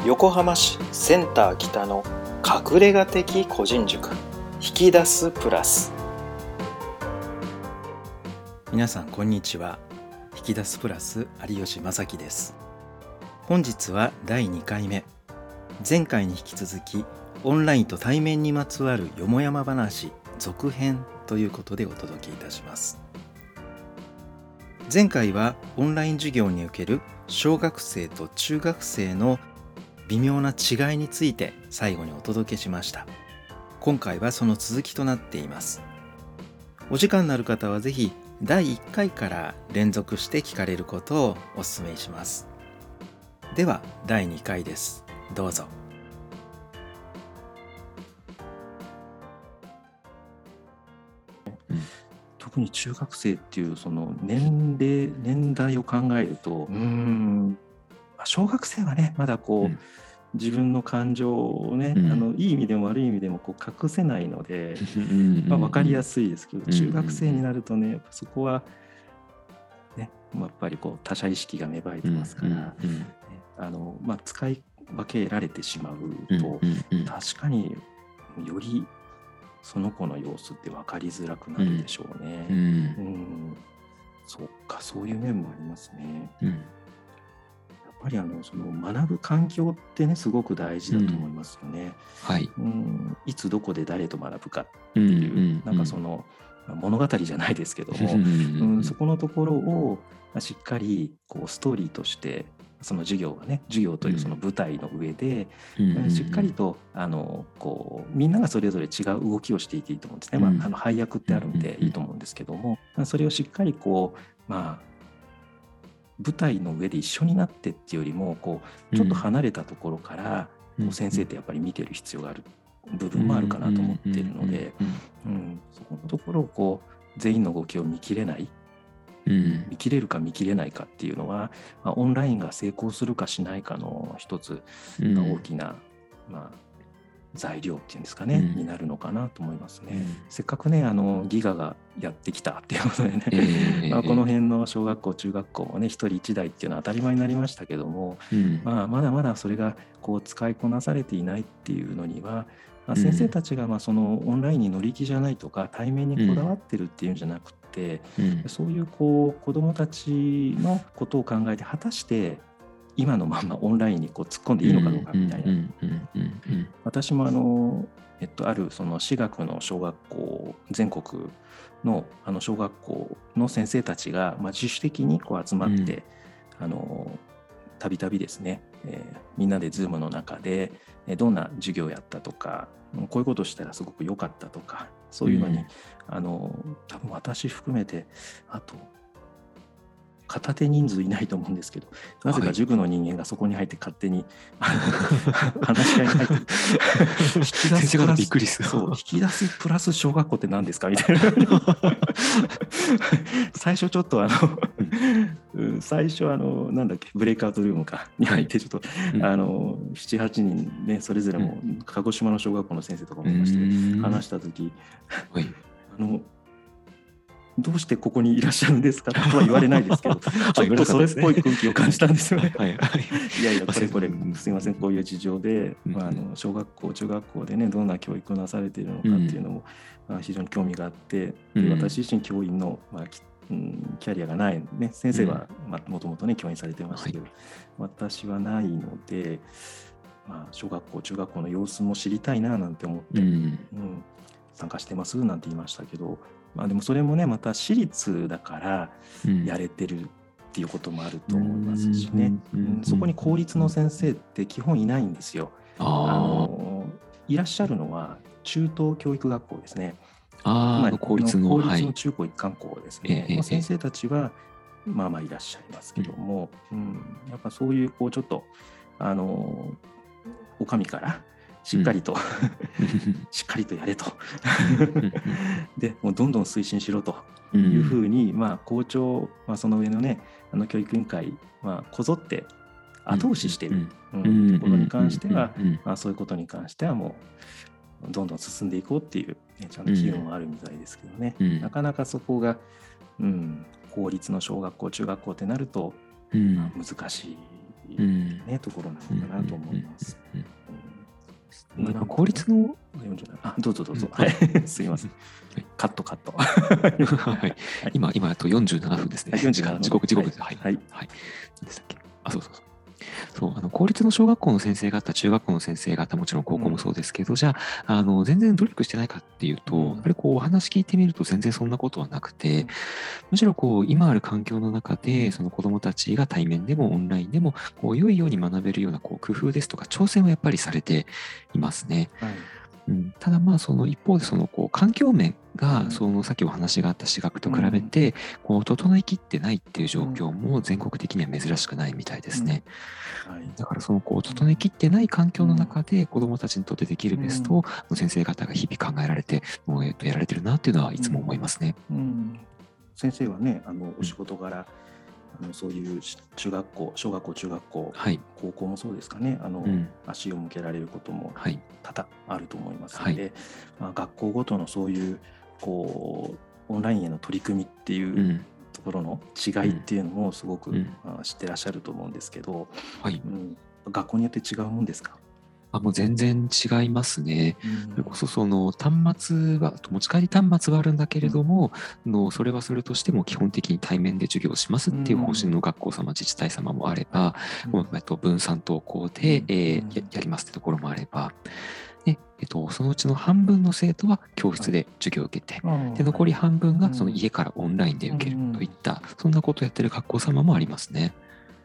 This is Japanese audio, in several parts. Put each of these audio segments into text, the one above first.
横浜市センター北の隠れ家的個人塾、引き出すプラス。皆さんこんにちは。引き出すプラス有吉正樹です。本日は第2回目。前回に引き続きオンラインと対面にまつわるよもやま話続編ということでお届けいたします。前回はオンライン授業における小学生と中学生の微妙な違いについて最後にお届けしました。今回はその続きとなっています。お時間のある方はぜひ第1回から連続して聞かれることをお勧めします。では第2回です。どうぞ。 特に中学生っていうその年代を考えると、小学生はねまだ自分の感情をね、いい意味でも悪い意味でも隠せないので分かりやすいですけど、中学生になるとねやっぱそこはねやっぱり他者意識が芽生えてますから、使い分けられてしまうと、確かによりその子の様子って分かりづらくなるでしょうね。そうか、そういう面もありますね。やっぱりその学ぶ環境ってねすごく大事だと思いますよね。いつどこで誰と学ぶかっていう、なんかその物語じゃないですけども、そこのところをしっかりストーリーとしてその授業というその舞台の上で、しっかりとみんながそれぞれ違う動きをしていていいと思うんですね。配役ってあるんでいいと思うんですけども、それをしっかり舞台の上で一緒になってっていうよりもちょっと離れたところから先生ってやっぱり見てる必要がある部分もあるかなと思っているので、そこのところを全員の動きを見切れるか見切れないかっていうのは、オンラインが成功するかしないかの一つが大きな、材料っていうんですかね、になるのかなと思いますね。せっかくねギガがやってきたっていうことでね、この辺の小学校中学校もね一人一台っていうのは当たり前になりましたけども、まだまだそれが使いこなされていないっていうのには、先生たちがそのオンラインに乗り気じゃないとか対面にこだわってるっていうんじゃなくて、そういう子どもたちのことを考えて果たして今のままオンラインに突っ込んでいいのかどうかみたいな。私もあるその私学の小学校全国の小学校の先生たちが自主的に集まってたびたびですね、みんなで Zoom の中でどんな授業やったとか、こういうことしたらすごく良かったとか、そういうのに多分私含めてあと片手人数いないと思うんですけど、なぜか塾の人間がそこに入って勝手に話し合いに入って引き出すプラス小学校って何ですかみたいな最初ちょっと最初なんだっけブレイクアウトルームに入ってちょっと、7,8 人ねそれぞれも鹿児島の小学校の先生とかもいまして話した時どうしてここにいらっしゃるんですかとは言われないですけどちょっとそれっぽい空気を感じたんですよね。いやこれすいません、こういう事情で、小学校中学校でねどんな教育をなされているのかっていうのも、非常に興味があって、で私自身教員の、キャリアがないね、先生はもともとね教員されてましたけど、私はないので、小学校中学校の様子も知りたいななんて思って、参加してますなんて言いましたけど、でもそれもねまた私立だからやれてるっていうこともあると思いますしね、そこに公立の先生って基本いないんですよ。いらっしゃるのは中等教育学校ですね。公立の中高一貫校ですね、先生たちはいらっしゃいますけども、やっぱそういうちょっとお上からしっかりとしっかりとやれとでもうどんどん推進しろというふうに、校長、その上のね教育委員会こぞって後押ししているところに関しては、そういうことに関してはもうどんどん進んでいこうっていう、ちゃんと機運もあるみたいですけどね、なかなかそこが、公立の小学校中学校ってなると、難しい、 ねところなのかなと思います。 効率のどうぞどうぞ、すいません、カットはい、今あと47分ですね。時刻です。はい。何でしたっけ。公立の小学校の先生方、中学校の先生方、もちろん高校もそうですけど、じゃあ、全然努力してないかっていうと、やっぱりお話聞いてみると全然そんなことはなくて、むしろ今ある環境の中で、その子どもたちが対面でもオンラインでも、良いように学べるような工夫ですとか、挑戦はやっぱりされていますね。ただその一方で環境面がさっきお話があった私学と比べて整いきってないっていう状況も全国的には珍しくないみたいですね。だから整いきってない環境の中で子どもたちにとってできるベストを先生方が日々考えられてやられてるなっていうのはいつも思いますね。 先生はねお仕事柄そういう小学校、中学校、高校もそうですかね、足を向けられることも多々あると思いますので、学校ごとのそういうオンラインへの取り組みっていうところの違いっていうのもすごく知ってらっしゃると思うんですけど、学校によって違うもんですか？ もう全然違いますね。それこそ端末は持ち帰り端末はあるんだけれども、それはそれとしても基本的に対面で授業をしますっていう方針の学校様、自治体様もあれば、分散登校で、やりますってところもあれば、でそのうちの半分の生徒は教室で授業を受けて、で残り半分がその家からオンラインで受けるといった、そんなことをやってる学校様もありますね。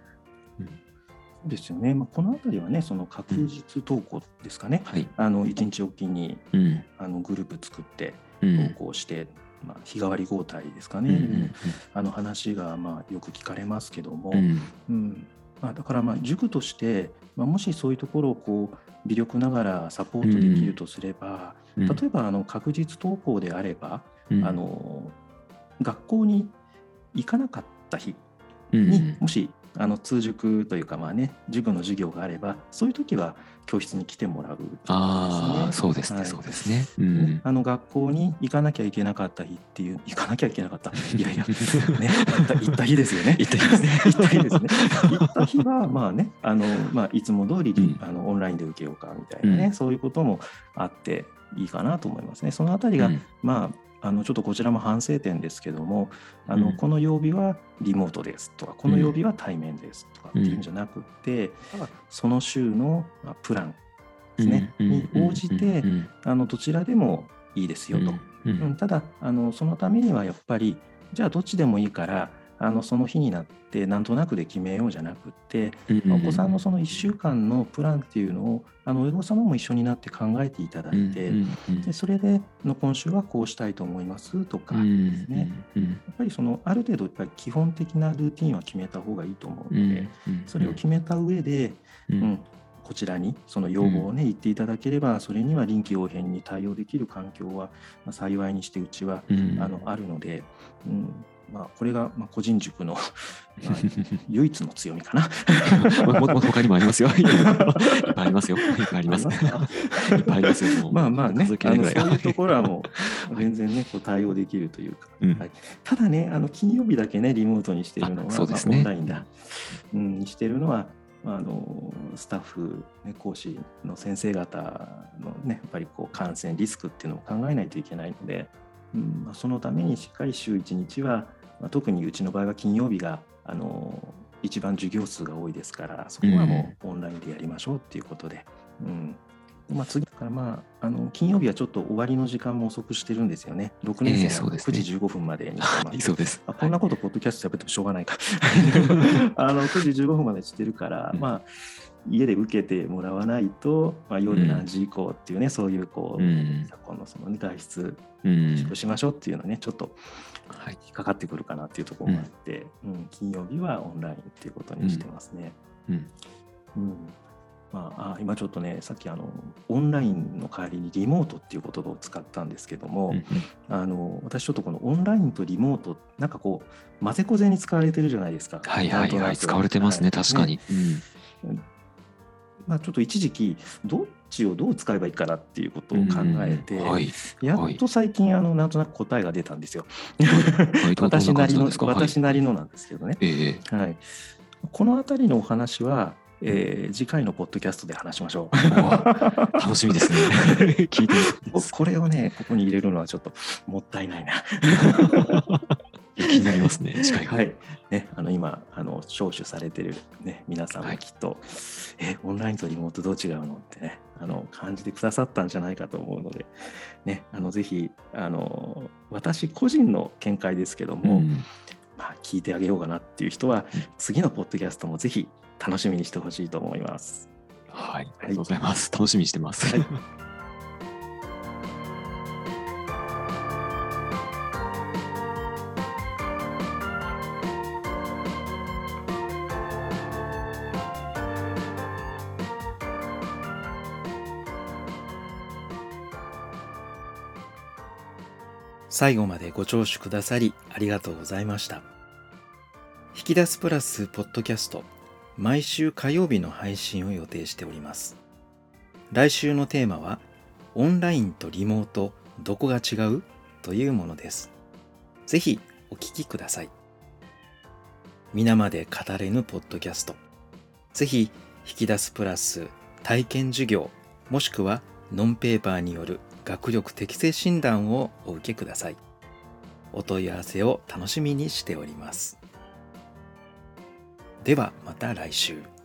ですよね。このあたりはね、その確実登校ですかね。1日おきにグループ作って登校して、日替わり交代ですかね。話がよく聞かれますけども、だから塾としてもしそういうところを微力ながらサポートできるとすれば、例えば確実登校であれば、学校に行かなかった日にもし通塾というか塾の授業があれば、そういう時は教室に来てもらう、 そうですね、そうですね。 学校に行かなきゃいけなかった日っていう、行かなきゃいけなかった、いやいやね、行った日ですよね。行った日ですね。行った日はいつも通りオンラインで受けようかみたいなね、そういうこともあっていいかなと思いますね。そのあたりがちょっとこちらも反省点ですけども、この曜日はリモートですとか、この曜日は対面ですとかっていうんじゃなくて、その週のプランですね、に応じてどちらでもいいですよと。ただそのためにはやっぱりじゃあどっちでもいいからその日になってなんとなくで決めようじゃなくて、お子さんのその1週間のプランっていうのを親御様も一緒になって考えていただいて、でそれで今週はこうしたいと思いますとかですね、やっぱりある程度やっぱり基本的なルーティンは決めた方がいいと思うので、それを決めた上で、こちらにその要望を言っていただければ、それには臨機応変に対応できる環境は幸いにしてうちはあるので、これが個人塾の唯一の強みかな。 もっと他にもありますよ。いっぱいありますよ。いっぱいあります。いっぱいありますよ。 そういうところはもう全然ね対応できるというか。ただね金曜日だけねリモートにしているのはオンラインだにしているのはスタッフ、講師の先生方のやっぱり感染リスクっていうのを考えないといけないので、そのためにしっかり週1日は、特にうちの場合は金曜日が一番授業数が多いですから、そこはもうオンラインでやりましょうっていうことで、次から金曜日はちょっと終わりの時間も遅くしてるんですよね。6年生は9時15分までにしてます。 そうです。 こんなことポッドキャスト喋ってもしょうがないか。9時15分までしてるから、家で受けてもらわないと、夜何時以降っていうね、そういう昨今のその外出自粛しましょうっていうのね、ちょっと引っかかってくるかなっていうところもあって、金曜日はオンラインっていうことにしてますね。今ちょっとね、さっきオンラインの代わりにリモートっていう言葉を使ったんですけども、私ちょっとこのオンラインとリモートなんか混ぜこぜに使われてるじゃないですか。 使われてますね、確かに。 ちょっと一時期どっちをどう使えばいいかなっていうことを考えて、やっと最近なんとなく答えが出たんですよ。私なりのなんですけどね。このあたりのお話は次回のポッドキャストで話しましょう。 楽しみですね。聞いてみます。 これをね、ここに入れるのはちょっともったいないな。 気になりますね、次回はい。ね、今、聴取されてる、ね、皆さんもきっと、オンラインとリモートどう違うのってね、感じてくださったんじゃないかと思うので、ね、ぜひ、私個人の見解ですけども、聞いてあげようかなっていう人は、次のポッドキャストもぜひ楽しみにしてほしいと思います。 はい、ありがとうございます。楽しみにしてます。 最後までご聴取くださりありがとうございました。引き出すプラスポッドキャスト、毎週火曜日の配信を予定しております。来週のテーマは、オンラインとリモートどこが違う？というものです。ぜひお聞きください。皆まで語れぬポッドキャスト。ぜひ引き出すプラス体験授業もしくはノンペーパーによる学力適正診断をお受けください。お問い合わせを楽しみにしております。ではまた来週。